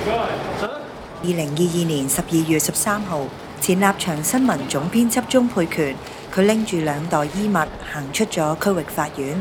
2022年12月13號，前立場新聞總編輯鍾沛權，佢拎住2袋衣物行出咗區域法院。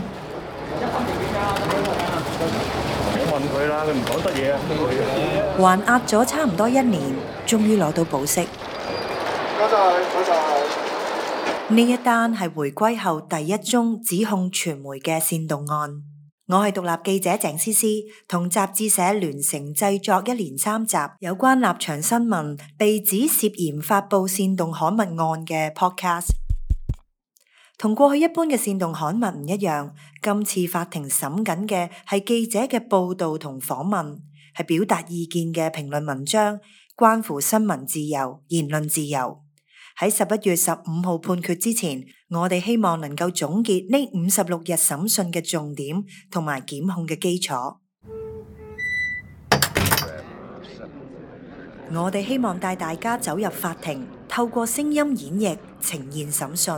我問佢啦，佢唔講得嘢啊。 還押咗差唔多1年，終於攞到保釋。 多謝。 呢一單係回歸後第一宗指控傳媒嘅煽動案。我係獨立記者鄭思思，同雜誌社聯成製作1連3集有關立場新聞被指涉嫌發布煽動刊物案嘅 podcast。同過去一般嘅煽動刊物唔一樣，今次法庭審緊嘅係記者嘅報道同訪問，係表達意見嘅評論文章，關乎新聞自由、言論自由。喺11月15號判決之前，我哋希望能夠總結呢56日審訊嘅重點同埋檢控嘅基礎。我哋希望帶大家走入法庭，透過聲音演繹呈現審訊。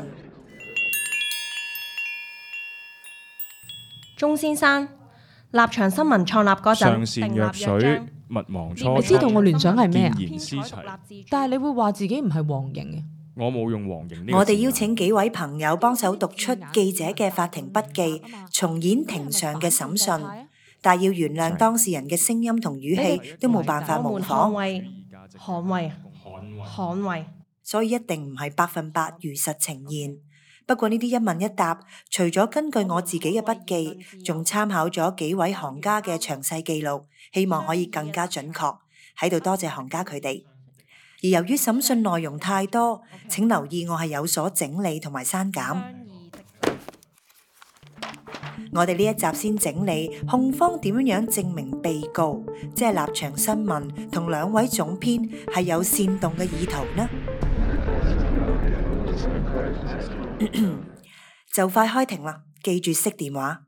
鍾先生，立場新聞創立嗰陣， 上善若水，勿忘初衷。 你知道我聯想係咩啊？ 見賢思齊。 但係你會話自己唔係黃營嘅。 我冇用黃營呢個。 我哋邀請幾位朋友幫手讀出記者嘅法庭筆記，重演庭上嘅審訊，但要原諒當事人嘅聲音同語氣都冇辦法模仿， 捍衛， 所以一定唔係100%如實呈現。不過呢啲一問一答，除咗根據我自己嘅筆記，仲參考咗幾位行家嘅詳細記錄，希望可以更加準確。喺度多謝行家佢哋。而由於審訊內容太多，請留意我係有所整理同埋刪減。我哋呢一集先整理控方點樣證明被告，即係立場新聞同2位總編係有煽動嘅意圖呢？就快開庭啦，記住熄電話。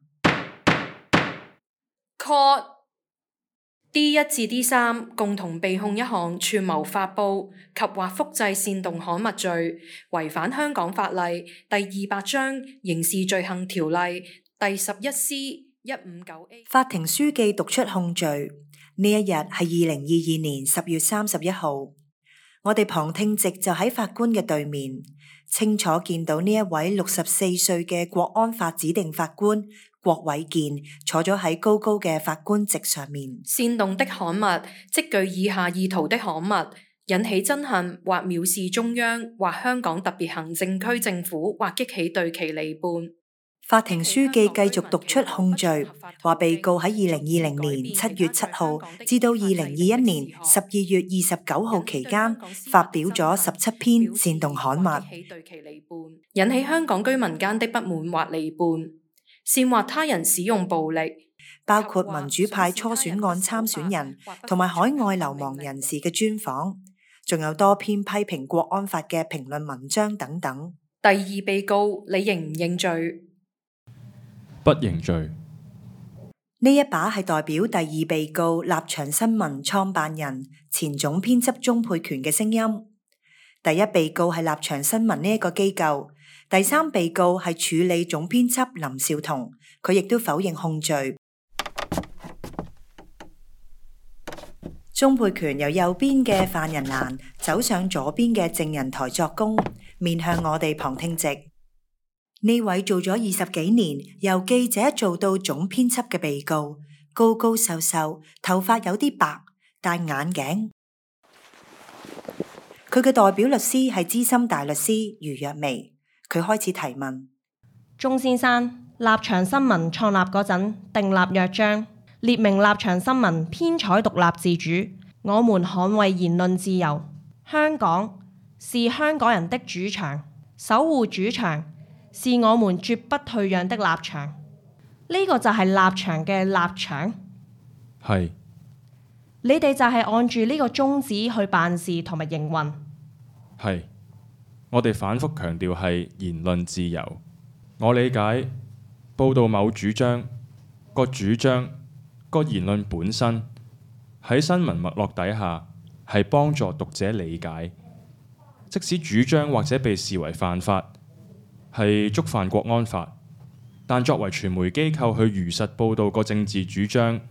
Call D1 至 D3 共同被控一項串謀發布及或複製煽動刊物罪，違反香港法例第200章刑事罪行條例第 11C159A。 法庭書記讀出控罪。呢一日係2022年10月31號，我哋旁聽席就喺法官嘅對面，清楚見到呢一位64歲嘅國安法指定法官郭偉健坐咗喺高高嘅法官席上面。 煽動的刊物，即具以下意圖的刊物，引起憎恨或藐視中央或香港特別行政區政府，或激起對其離叛。 法庭書記繼續讀出控罪，話被告喺2020年7月7號至到2021年12月29號期間發表咗17篇煽動刊物， 引起香港居民間的不滿或離叛，煽惑他人使用暴力， 包括民主派初選案參選人同埋海外流亡人士嘅專訪，仲有多篇批評國安法嘅評論文章等等。 第2被告，你認唔認罪？ 不認罪。 呢一把係代表第2被告立場新聞創辦人前總編輯鍾沛權嘅聲音。第1被告係立場新聞呢一個機構。第3被告係處理總編輯林紹桐，佢亦都否認控罪。鍾沛權由右邊嘅犯人欄走上左邊嘅證人台作供，面向我哋旁聽席。呢位做咗20幾年，由記者做到總編輯嘅被告，高高瘦瘦，頭髮有啲白，戴眼鏡。佢嘅代表律師係資深大律師余若薇，佢開始提問： 鍾先生，立場新聞創立嗰陣訂立約章，列明立場新聞編採獨立自主，我們捍衛言論自由。香港是香港人的主場，守護主場是我們絕不退讓的立場。呢個就係立場嘅立場。 係。 你哋就係按住呢個宗旨去辦事同埋營運。 係。我哋反覆強調係言論自由。我理解報道某主張個言論本身喺新聞脈絡底下係幫助讀者理解，即使主張或者被視為犯法，係觸犯國安法，但作為傳媒機構去如實報導個政治主張，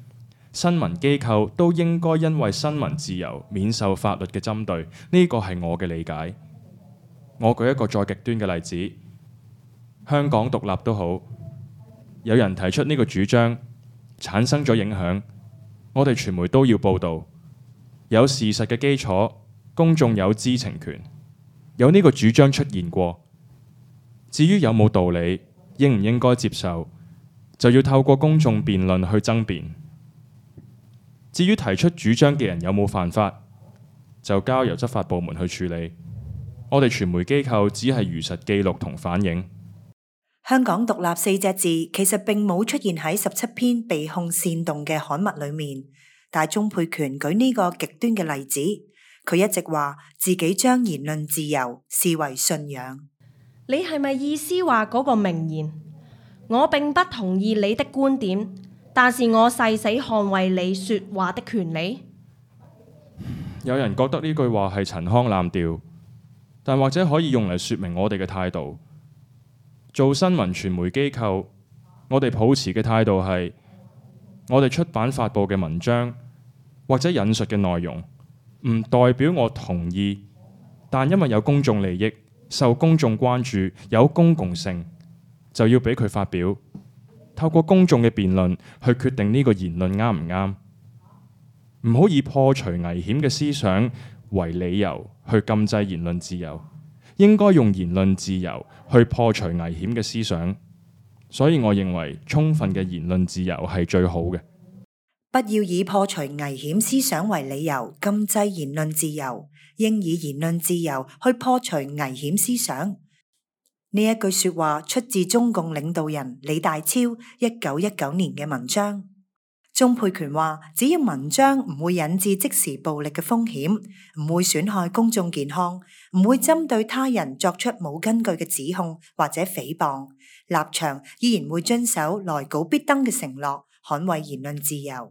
新聞機構都應該因為新聞自由免受法律嘅針對。呢個係我嘅理解。我舉一個再極端嘅例子，香港獨立都好，有人提出呢個主張，產生咗影響，我哋傳媒都要報導，有事實嘅基礎，公眾有知情權，有呢個主張出現過。至於有冇道理，應唔應該接受，就要透過公眾辯論去爭辯。至於提出主張嘅人有冇犯法，就交由執法部門去處理。我哋傳媒機構只係如實記錄同反映。 香港獨立4隻字其實並冇出現喺17篇被控煽動嘅刊物裏面，但鍾沛權舉呢個極端嘅例子，佢一直話自己將言論自由視為信仰。 你係咪意思話嗰個名言？我並不同意你的觀點，但是我誓死捍衛你說話的權利。 有人覺得呢句話係陳腔濫調，但或者可以用嚟說明我哋嘅態度。做新聞傳媒機構，我哋抱持嘅態度係，我哋出版發佈嘅文章或者引述嘅內容，唔代表我同意，但因為有公眾利益，受公眾關注，有公共性，就要俾佢發表。透過公眾嘅辯論去決定呢個言論啱唔啱，唔好以破除危險嘅思想為理由去禁制言論自由，應該用言論自由去破除危險嘅思想。所以我認為充分嘅言論自由係最好嘅。 不要以破除危險思想為理由禁制言論自由，應以言論自由去破除危險思想。呢一句說話出自中共領導人李大超1919年嘅文章。鍾沛權話，只要文章唔會引致即時暴力嘅風險，唔會損害公眾健康，唔會針對他人作出冇根據嘅指控或者誹謗，立場依然會遵守來稿必登嘅承諾，捍衛言論自由。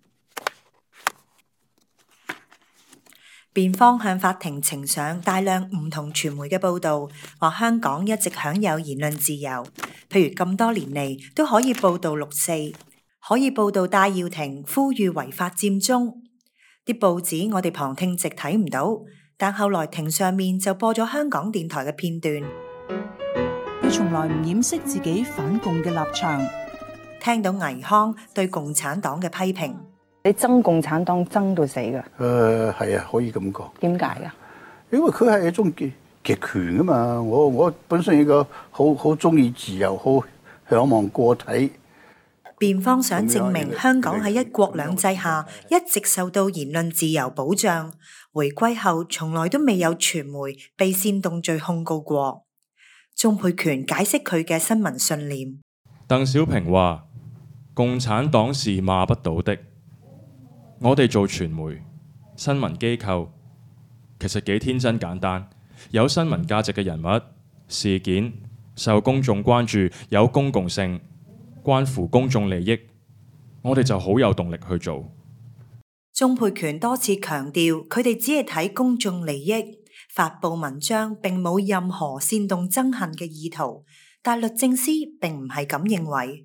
辯方向法庭呈上大量唔同傳媒嘅報導，話香港一直享有言論自由，譬如咁多年嚟都可以報導6·4，可以報導戴耀廷呼籲違法佔中。啲報紙我哋旁聽席睇唔到，但後來庭上面就播咗香港電台嘅片段。 佢從來唔掩飾自己反共嘅立場， 聽到倪匡對共產黨嘅批評。 你憎共產黨憎到死㗎？ 係啊，可以咁講。 點解㗎？ 因為佢係一種極權啊嘛。我本身係一個好中意自由、好嚮往個體。 辯方想證明香港喺一國兩制下一直受到言論自由保障，回歸後從來都未有傳媒被煽動罪控告過。鍾沛權解釋佢嘅新聞信念。 鄧小平話：共產黨是罵不倒的。我哋做傳媒、新聞機構，其實幾天真簡單，有新聞價值嘅人物、事件，受公眾關注，有公共性，關乎公眾利益，我哋就好有動力去做。 鍾沛權多次強調，佢哋只係睇公眾利益，發佈文章並冇任何煽動憎恨嘅意圖，但律政司並唔係咁認為。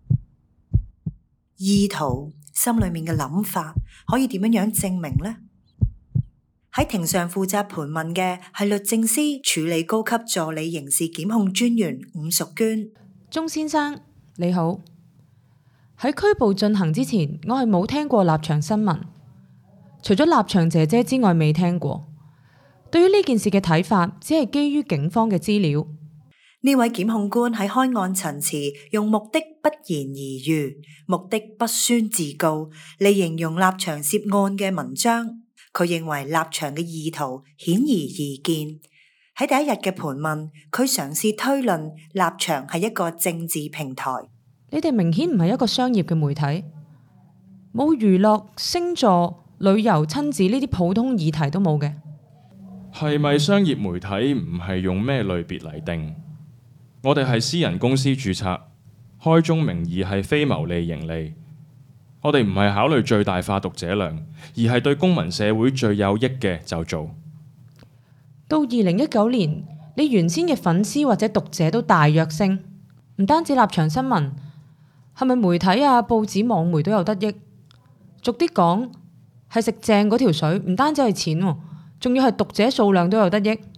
意圖心裏面嘅諗法可以點樣證明呢？喺庭上負責盤問嘅係律政司處理高級助理刑事檢控專員伍淑娟。 鍾先生你好，喺拘捕進行之前，我係冇聽過立場新聞，除咗立場姐姐之外未聽過。對於呢件事嘅睇法，只係基於警方嘅資料。 呢位檢控官喺開案陳詞用目的不言而喻、目的不宣自告嚟形容立場涉案嘅文章。佢認為立場嘅意圖顯而易見。喺第一日嘅盤問，佢嘗試推論立場係一個政治平台。 你哋明顯唔係一個商業嘅媒體，冇娛樂、星座、旅遊、親子呢啲普通議題都冇嘅。 係咪商業媒體唔係用咩類別嚟定？我哋係私人公司註冊，開宗明義係非牟利盈利。我哋唔係考慮最大化讀者量，而係對公民社會最有益嘅就做。 到2019年，你原先嘅粉絲或者讀者都大躍升，唔單止立場新聞，係咪媒體啊、報紙、網媒都有得益？ 俗啲講係食正嗰條水，唔單止係錢喎，仲要係讀者數量都有得益。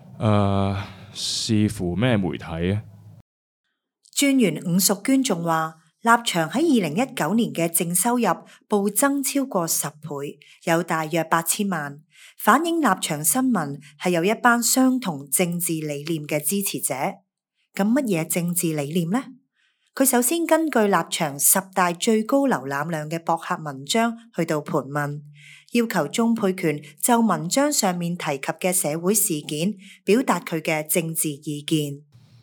視乎咩媒體啊？ 專員伍淑娟仲話，立場喺2019年嘅淨收入暴增超過10倍，有大約8000萬，反映立場新聞係有一班相同政治理念嘅支持者。咁乜嘢政治理念呢？佢首先根據立場10大最高瀏覽量嘅博客文章去到盤問，要求鍾沛權就文章上面提及嘅社會事件表達佢嘅政治意見。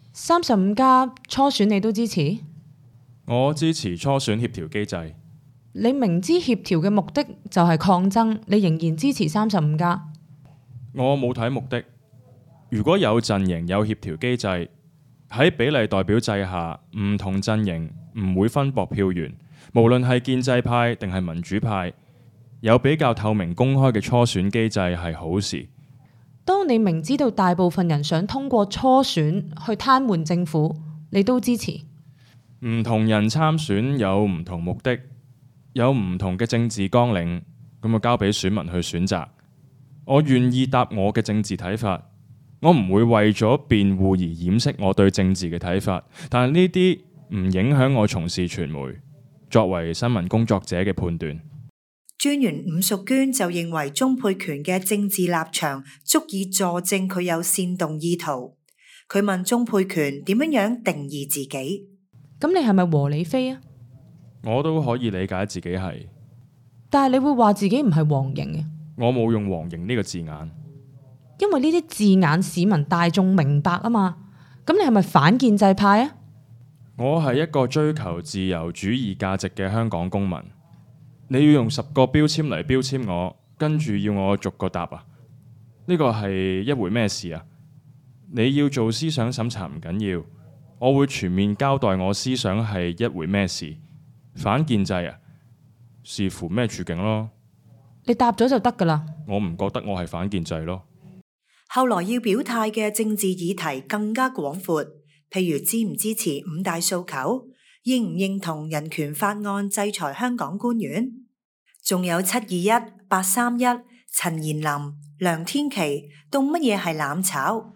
35+初選你都支持？ 我支持初選協調機制。 你明知協調嘅目的就係抗爭，你仍然支持35+？ 我冇睇目的。如果有陣營有協調機制，喺比例代表制下，唔同陣營唔會分薄票源，無論係建制派定係民主派，有比較透明公開嘅初選機制係好事。 當你明知道大部分人想通過初選去癱瘓政府，你都支持？ 唔同人參選有唔同目的，有唔同嘅政治綱領，咁就交俾選民去選擇。我願意答我嘅政治睇法，我唔會為咗辯護而掩飾我對政治嘅睇法，但係呢啲唔影響我從事傳媒作為新聞工作者嘅判斷。 專員伍淑娟就認為鍾沛權嘅政治立場足以佐證佢有煽動意圖。佢問鍾沛權點樣定義自己？ 咁你係咪和理非啊？ 我都可以理解自己係， 但係你會話自己唔係黃營嘅？ 我冇用黃營呢個字眼， 因為呢啲字眼市民大眾明白啊嘛。咁你係咪反建制派啊？ 我係一個追求自由主義價值嘅香港公民。你要用10個標籤嚟標籤我，跟住要我逐個答啊？呢個係一回咩事啊？你要做思想審查唔緊要，我會全面交代我思想係一回咩事。反建制啊？視乎咩處境咯。 你答咗就得㗎啦。 我唔覺得我係反建制咯。 後來要表態嘅政治議題更加廣闊，譬如支唔支持5大訴求，認唔認同人權法案制裁香港官員，仲有721、831、陳彥霖、梁天琦到乜嘢係攬炒？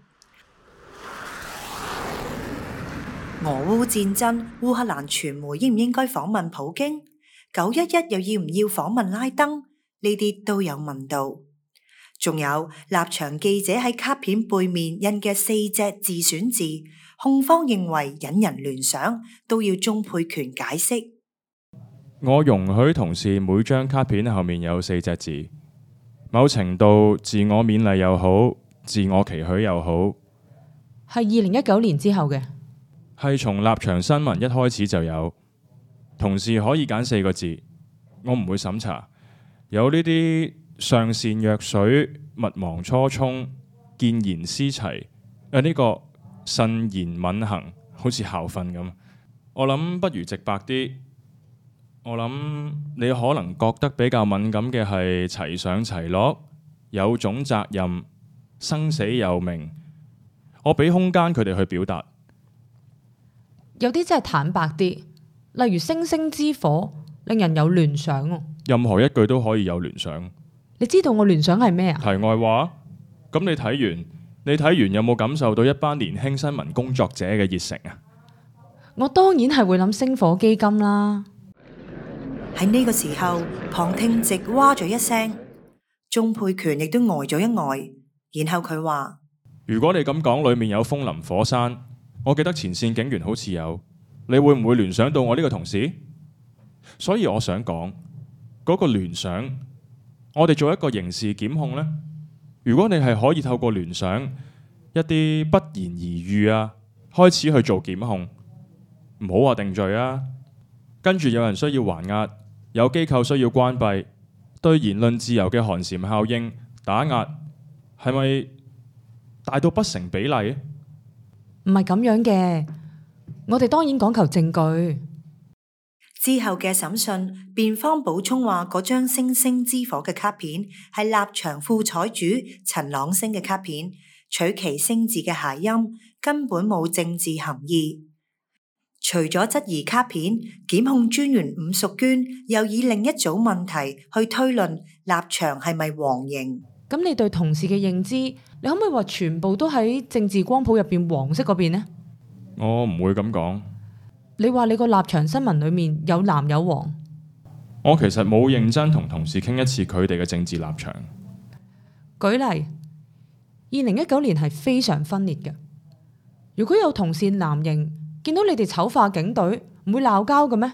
俄烏戰爭，烏克蘭傳媒應唔應該訪問普京？911又要唔要訪問拉登？呢啲都有問到。仲有立場記者喺卡片背面印嘅4隻自選字，控方認為引人聯想，都要鍾沛權解釋。 我容許同事每張卡片後面有4隻字，某程度自我勉勵又好，自我期許又好。 係2019年之後嘅， 係從立場新聞一開始就有。同事可以揀4個字，我唔會審查。有呢啲上善若水，勿忘初衷，見賢思齊。呢個慎言敏行，好似校訓咁。我諗不如直白啲。我諗你可能覺得比較敏感嘅係齊上齊落，有種責任，生死有命。我俾空間佢哋去表達。 有啲真係坦白啲，例如星星之火，令人有聯想喎。 任何一句都可以有聯想。 你知道我聯想係咩啊？ 題外話，咁你睇完有冇感受到一班年輕新聞工作者嘅熱誠啊？ 我當然係會諗星火基金啦。 喺呢個時候，旁聽席哇咗一聲，鍾沛權亦都呆咗一呆，然後佢話： 如果你咁講，裏面有風林火山，我記得前線警員好似有，你會唔會聯想到我呢個同事？所以我想講嗰個聯想，我哋做一個刑事檢控呢，如果你係可以透過聯想一啲不言而喻啊，開始去做檢控，唔好話定罪啊，跟住有人需要還押，有機構需要關閉，對言論自由嘅寒蟬效應打壓，係咪大到不成比例？ 唔係咁樣嘅，我哋當然講求證據。 之後嘅審訊，辯方補充話嗰張星星之火嘅卡片係立場副採主陳朗升嘅卡片，取其星字嘅諧音，根本冇政治含義。 除咗質疑卡片，檢控專員伍淑娟又以另一組問題去推論立場係咪黃營。 咁你對同事嘅認知，你可唔可以話全部都喺政治光譜入邊黃色嗰邊呢？ 我唔會咁講。 你話你個立場新聞裡面有藍有黃， 我其實冇認真同同事傾一次佢哋嘅政治立場。 舉例，2019年係非常分裂嘅。如果有同事藍營見到你哋醜化警隊，唔會鬧交嘅咩？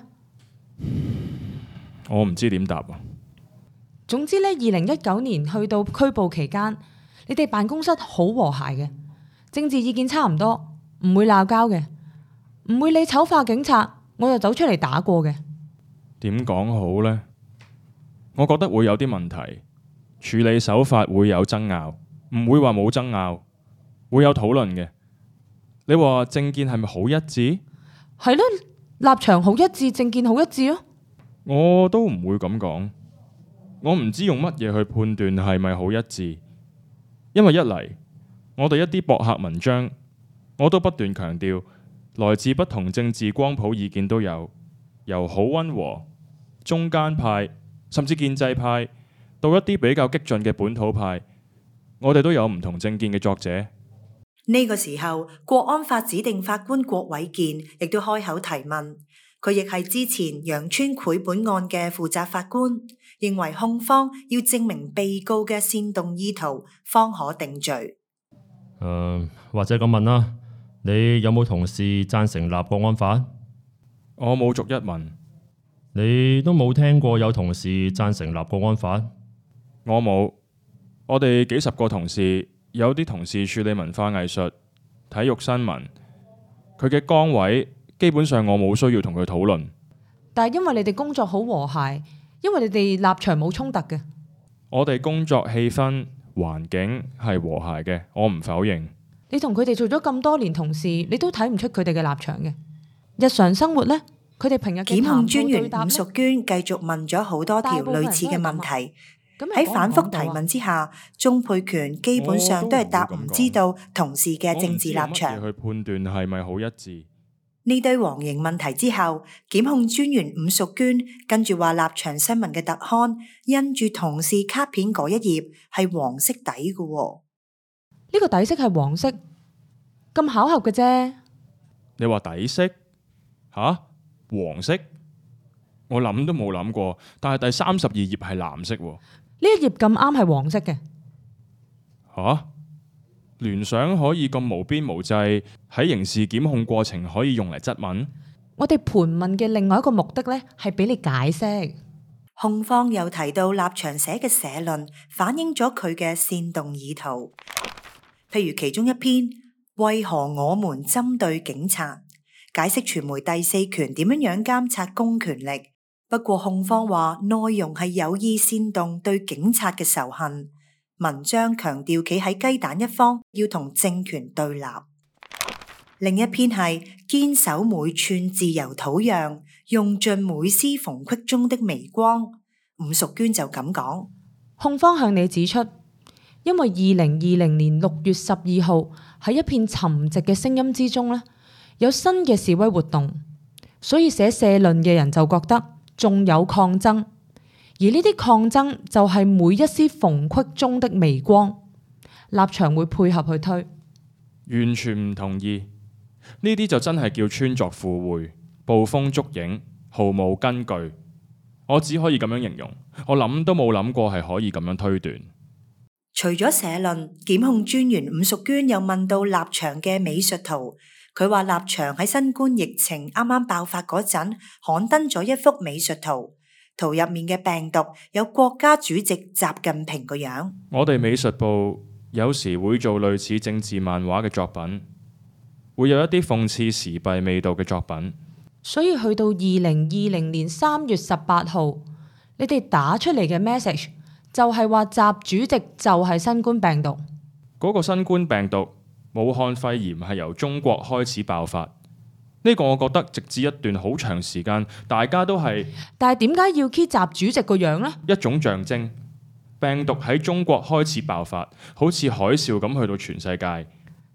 我唔知點答啊。 總之呢，2019年去到拘捕期間，你哋辦公室好和諧嘅，政治意見差唔多，唔會鬧交嘅，唔會你醜化警察，我就走出嚟打過嘅。 點講好呢？我覺得會有啲問題，處理手法會有爭拗，唔會話冇爭拗，會有討論嘅。你話政見係咪好一致？ 係咯，立場好一致，政見好一致咯。 我都唔會咁講。我唔知用乜嘢去判斷係咪好一致，因為一嚟我哋一啲博客文章，我都不斷強調來自不同政治光譜意見都有，由好溫和、中間派甚至建制派到一啲比較激進嘅本土派，我哋都有唔同政見嘅作者。 呢個時候，國安法指定法官郭偉健亦都開口提問，佢亦係之前楊村繪本案嘅負責法官，認為控方要證明被告嘅煽動意圖方可定罪。 或者咁問啦，你有冇同事贊成立國安法？ 我冇逐一問。 你都冇聽過有同事贊成立國安法？ 我冇。我哋幾十個同事，有啲同事處理文化藝術、體育新聞，佢嘅崗位基本上我冇需要同佢討論。 但係因為你哋工作好和諧，因為你哋立場冇衝突嘅。 我哋工作氣氛環境係和諧嘅，我唔否認。 你同佢哋做咗咁多年同事，你都睇唔出佢哋嘅立場嘅。日常生活呢，佢哋平日嘅檢控專員談吐對答呢， 伍淑娟繼續問咗好多條類似嘅問題。喺反覆提問之下，鍾沛權基本上都係答唔知道同事嘅政治立場。 去判斷係咪好一致？ 呢堆黃營問題之後，檢控專員伍淑娟跟住話立場新聞嘅特刊印住同事卡片嗰一頁係黃色底嘅。 呢個底色係黃色，咁巧合嘅啫。 你話底色吓？黃色？我諗都冇諗過，但係第32頁係藍色喎。 呢一頁咁啱係黃色嘅。 吓？聯想可以咁無邊無際，喺刑事檢控過程可以用嚟質問？ 我哋盤問嘅另外一個目的呢，係俾你解釋。 控方又提到立場寫嘅社論反映咗佢嘅煽動意圖，譬如其中一篇為何我們針對警察，解釋傳媒第四權點樣監察公權力。不過控方話內容係有意煽動對警察嘅仇恨。文章強調企喺雞蛋一方，要同政權對立。另一篇係堅守每寸自由土壤，用盡每絲縫隙中的微光。伍淑娟就咁講。 控方向你指出，因為2020年6月12號喺一片沉寂嘅聲音之中呢，有新嘅示威活動，所以寫社論嘅人就覺得仲有抗爭。而呢啲抗爭就係每一絲縫隙中的微光，立場會配合去推。 完全唔同意，呢啲就真係叫穿鑿附會、捕風捉影，毫無根據。我只可以咁樣形容，我諗都冇諗過係可以咁樣推斷。 除咗社論，檢控專員伍淑娟又問到立場嘅美術圖。佢話立場喺新冠疫情啱啱爆發嗰陣刊登咗一幅美術圖。圖入面嘅病毒有國家主席習近平個樣。 我哋美術部有時會做類似政治漫畫嘅作品，會有一啲諷刺時弊味道嘅作品。 所以去到2020年3月18號，你哋打出嚟嘅 message 就係話習主席就係新冠病毒。 嗰個新冠病毒，武漢肺炎係由中國開始爆發。呢個我覺得直至一段好長時間，大家都係。但係點解要 keep 習主席個樣呢？一種象徵，病毒喺中國開始爆發，好似海嘯咁去到全世界。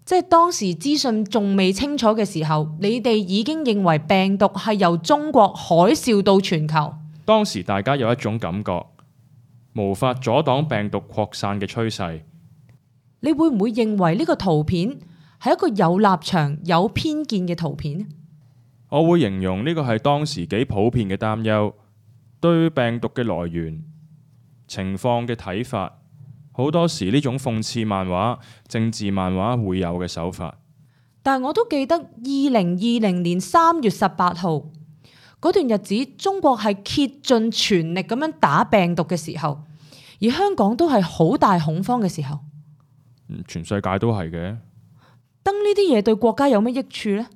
即係當時資訊仲未清楚嘅時候，你哋已經認為病毒係由中國海嘯到全球。 當時大家有一種感覺，無法阻擋病毒擴散嘅趨勢。 你會唔會認為呢個圖片係一個有立場、有偏見嘅圖片？ 我會形容呢個係當時幾普遍嘅擔憂，對病毒嘅來源、情況嘅睇法。好多時呢種諷刺漫畫、政治漫畫會有嘅手法。 但係我都記得2020年3月18號嗰段日子，中國係竭盡全力咁樣打病毒嘅時候，而香港都係好大恐慌嘅時候。 全世界都係嘅。 登呢啲嘢對國家有咩益處呢？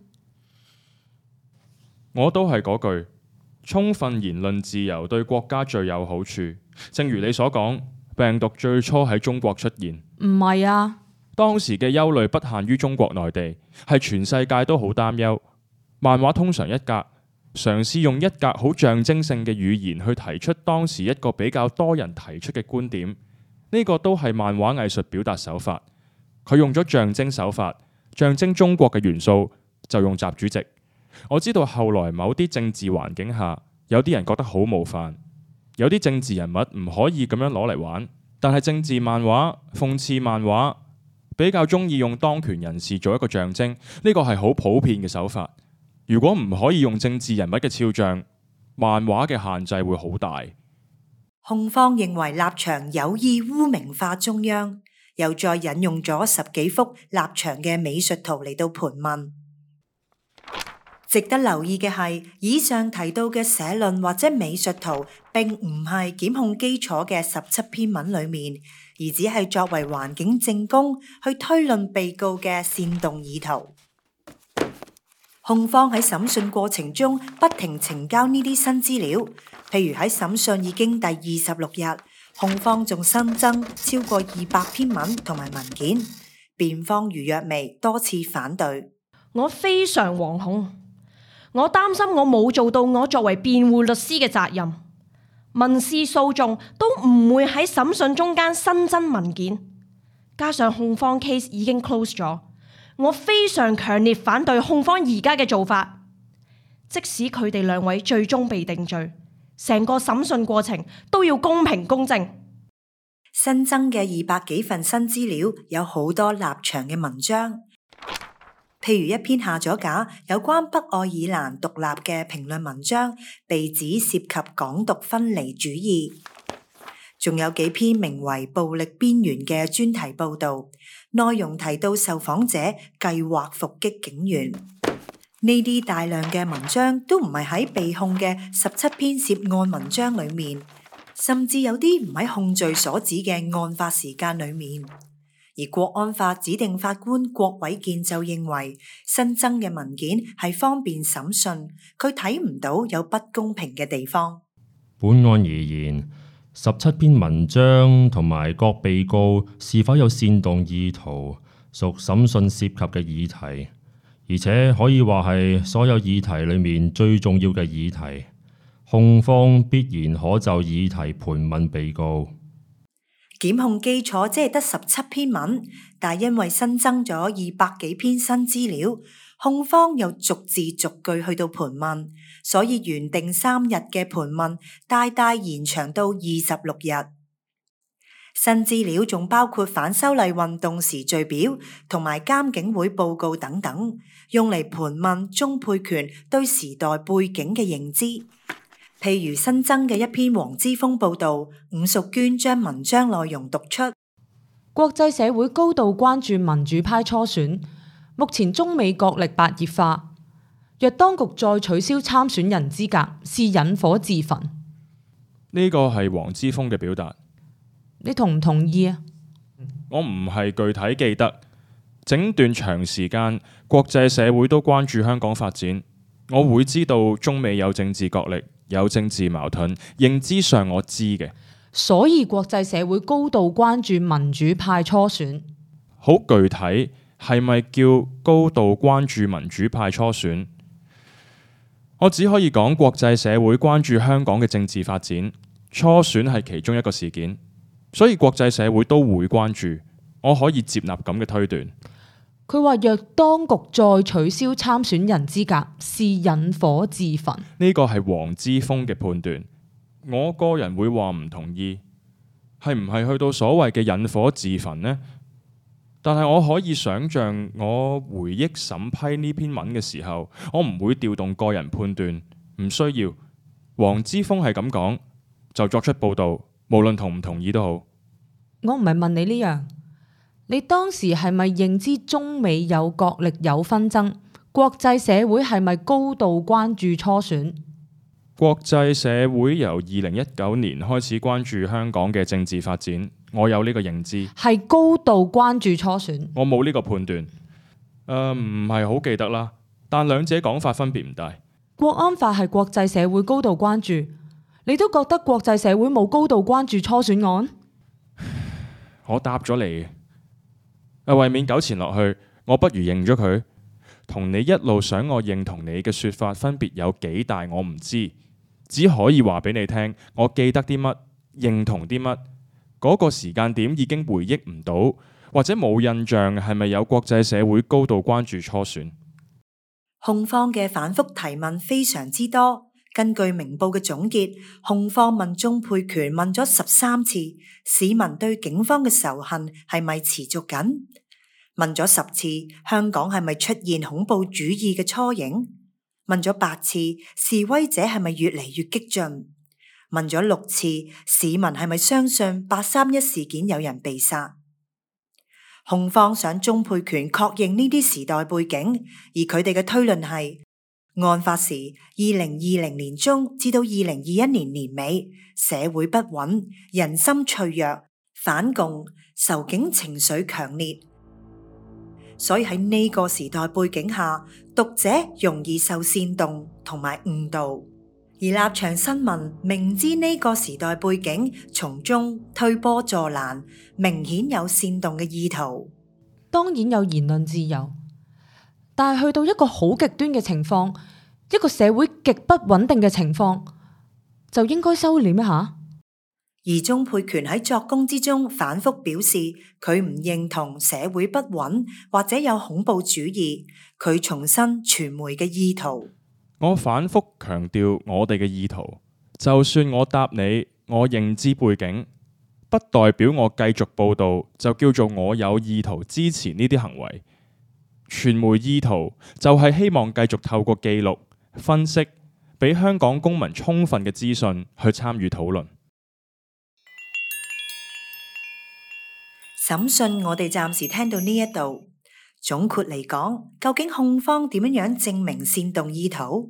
我都係嗰句，充分言論自由對國家最有好處。正如你所講，病毒最初喺中國出現， 唔係啊。 當時嘅憂慮不限於中國內地，係全世界都好擔憂。漫畫通常一格，嘗試用一格好象徵性嘅語言去提出當時一個比較多人提出嘅觀點，呢個都係漫畫藝術表達手法。佢用咗象徵手法，象徵中國嘅元素，就用習主席。我知道後來某啲政治環境下，有啲人覺得好冒犯，有啲政治人物唔可以咁樣攞嚟玩。但係政治漫畫、諷刺漫畫比較中意用當權人士做一個象徵，呢個係好普遍嘅手法。如果唔可以用政治人物嘅肖像，漫畫嘅限制會好大。 控方認為立場有意污名化中央，又再引用咗10幾幅立場嘅美術圖嚟到盤問。值得留意嘅係，以上提到嘅社論或者美術圖並唔係檢控基礎嘅17篇文裏面，而只係作為環境證供去推論被告嘅煽動意圖。控方喺審訊過程中不停呈交呢啲新資料，譬如喺審訊已經第26日，控方仲新增超過200篇文同埋文件，辯方余若薇多次反對。 我非常惶恐。我擔心我冇做到我作為辯護律師嘅責任，民事訴訟都唔會喺審訊中間新增文件，加上控方 case 已經 close 咗，我非常強烈反對控方而家嘅做法。即使佢哋兩位最終被定罪，成個審訊過程都要公平公正。 新增嘅200幾份新資料有好多立場嘅文章。譬如一篇下咗架有關北愛爾蘭獨立嘅評論文章，被指涉及港獨分離主義，仲有幾篇名為《暴力邊緣》嘅專題報導，內容提到受訪者計劃伏擊警員。呢啲大量嘅文章都唔係喺被控嘅17篇涉案文章裏面，甚至有啲唔喺控罪所指嘅案發時間裏面。而國安法指定法官郭偉健就認為新增嘅文件係方便審訊，佢睇唔到有不公平嘅地方。 本案而言，17篇文章同埋各被告是否有煽動意圖，屬審訊涉及嘅議題，而且可以話係所有議題裏面最重要嘅議題。控方必然可就議題盤問被告。 檢控基礎只係得17篇文，但因為新增咗200幾篇新資料，控方又逐字逐句去到盤問，所以原定3日嘅盤問大大延長到26日。新資料仲包括反修例運動時序表同埋監警會報告等等，用嚟盤問鍾沛權對時代背景嘅認知。譬如新增嘅一篇黃之鋒報導，伍淑娟將文章內容讀出。 國際社會高度關注民主派初選，目前中美角力白熱化，若當局再取消參選人資格，是引火自焚。 呢個係黃之鋒嘅表達， 你同唔同意啊？ 我唔係具體記得，整段長時間國際社會都關注香港發展，我會知道中美有政治角力，有政治矛盾，認知上我知嘅。 所以國際社會高度關注民主派初選。 好具體係咪叫高度關注民主派初選？我只可以講國際社會關注香港嘅政治發展，初選係其中一個事件，所以國際社會都會關注。我可以接納咁嘅推斷。 佢話若當局再取消參選人資格，是引火自焚。 呢個係黃之鋒嘅判斷，我個人會話唔同意，係唔係去到所謂嘅引火自焚呢？但係我可以想像，我回憶審批呢篇文嘅時候，我唔會調動個人判斷，唔需要。黃之鋒係咁講，就作出報導，無論同唔同意都好。 我唔係問你呢樣，你當時係咪認知中美有角力有紛爭？國際社會係咪高度關注初選？ 國際社會由2019年開始關注香港嘅政治發展，我有呢個認知。 係高度關注初選？ 我冇呢個判斷，唔係好記得啦。但兩者講法分別唔大。 國安法係國際社會高度關注，你都覺得國際社會冇高度關注初選案？ 我答咗你，為免糾纏落去，我不如認咗佢。同你一路想我認同你嘅說法分別有幾大，我唔知，只可以話俾你聽，我記得啲乜，認同啲乜，嗰個時間點已經回憶唔到，或者冇印象係咪有國際社會高度關注初選。 控方嘅反覆提問非常之多。根據明報嘅總結，控方問鍾沛權問咗13次，市民對警方嘅仇恨係咪持續緊？問咗10次，香港係咪出現恐怖主義嘅雛形？問咗8次，示威者係咪越嚟越激進？問咗6次，市民係咪相信831事件有人被殺？控方想鍾沛權確認呢啲時代背景，而佢哋嘅推論係案發時2020年中至到2021年年尾，社會不穩，人心脆弱，反共仇警情緒強烈，所以喺呢個時代背景下，讀者容易受煽動同埋誤導。而立場新聞明知呢個時代背景，從中推波助瀾，明顯有煽動嘅意圖。 當然有言論自由，但係去到一個好極端嘅情況，一個社會極不穩定嘅情況，就應該收斂一下。 而鍾沛權喺作供之中反覆表示，佢唔認同社會不穩或者有恐怖主義，佢重申傳媒嘅意圖。 我反覆強調我哋嘅意圖，就算我答你，我認知背景，不代表我繼續報導就叫做我有意圖支持呢啲行為。傳媒意圖就係希望繼續透過記錄、分析，俾香港公民充分嘅資訊去參與討論。 審訊我哋暫時聽到呢一度。總括嚟講，究竟控方點樣證明煽動意圖？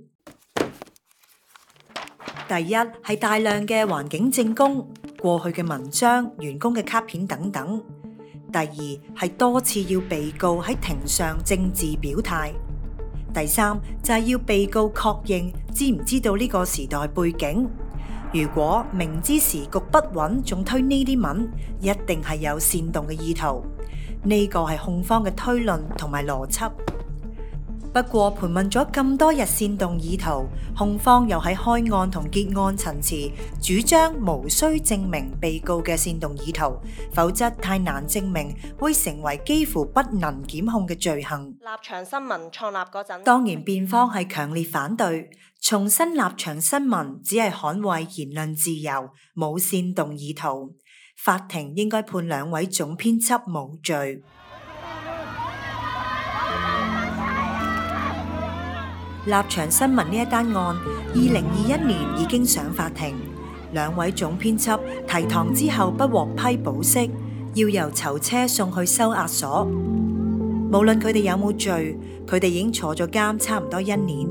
第一係大量嘅環境證供、過去嘅文章、員工嘅卡片等等。第二係多次要被告喺庭上政治表態。第三就係要被告確認知唔知道呢個時代背景。如果明知時局不穩，仲推呢啲文，一定係有煽動嘅意圖。呢個係控方嘅推論同埋邏輯。不過盤問咗咁多日煽動意圖，控方又喺開案同結案陳詞主張無需證明被告嘅煽動意圖，否則太難證明，會成為幾乎不能檢控嘅罪行。 立場新聞創立嗰陣， 當然辯方係強烈反對，重申立場新聞只係捍衛言論自由，冇煽動意圖。法庭應該判兩位總編輯無罪。立場新聞呢一單案，2021年已經上法庭，兩位總編輯提堂之後不獲批保釋，要由囚車送去收押所。無論佢哋有冇罪，佢哋已經坐咗監差唔多1年。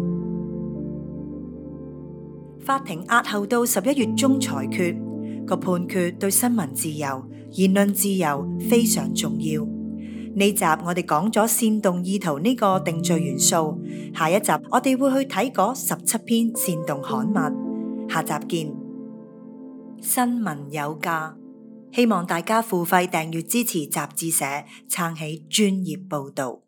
法庭押後到11月中裁決。個判決對新聞自由、言論自由非常重要。呢集我哋講咗煽動意圖呢個定罪元素，下一集我哋會去睇嗰17篇煽動刊物。下集見。新聞有價，希望大家付費訂閱支持雜誌社，撐起專業報道。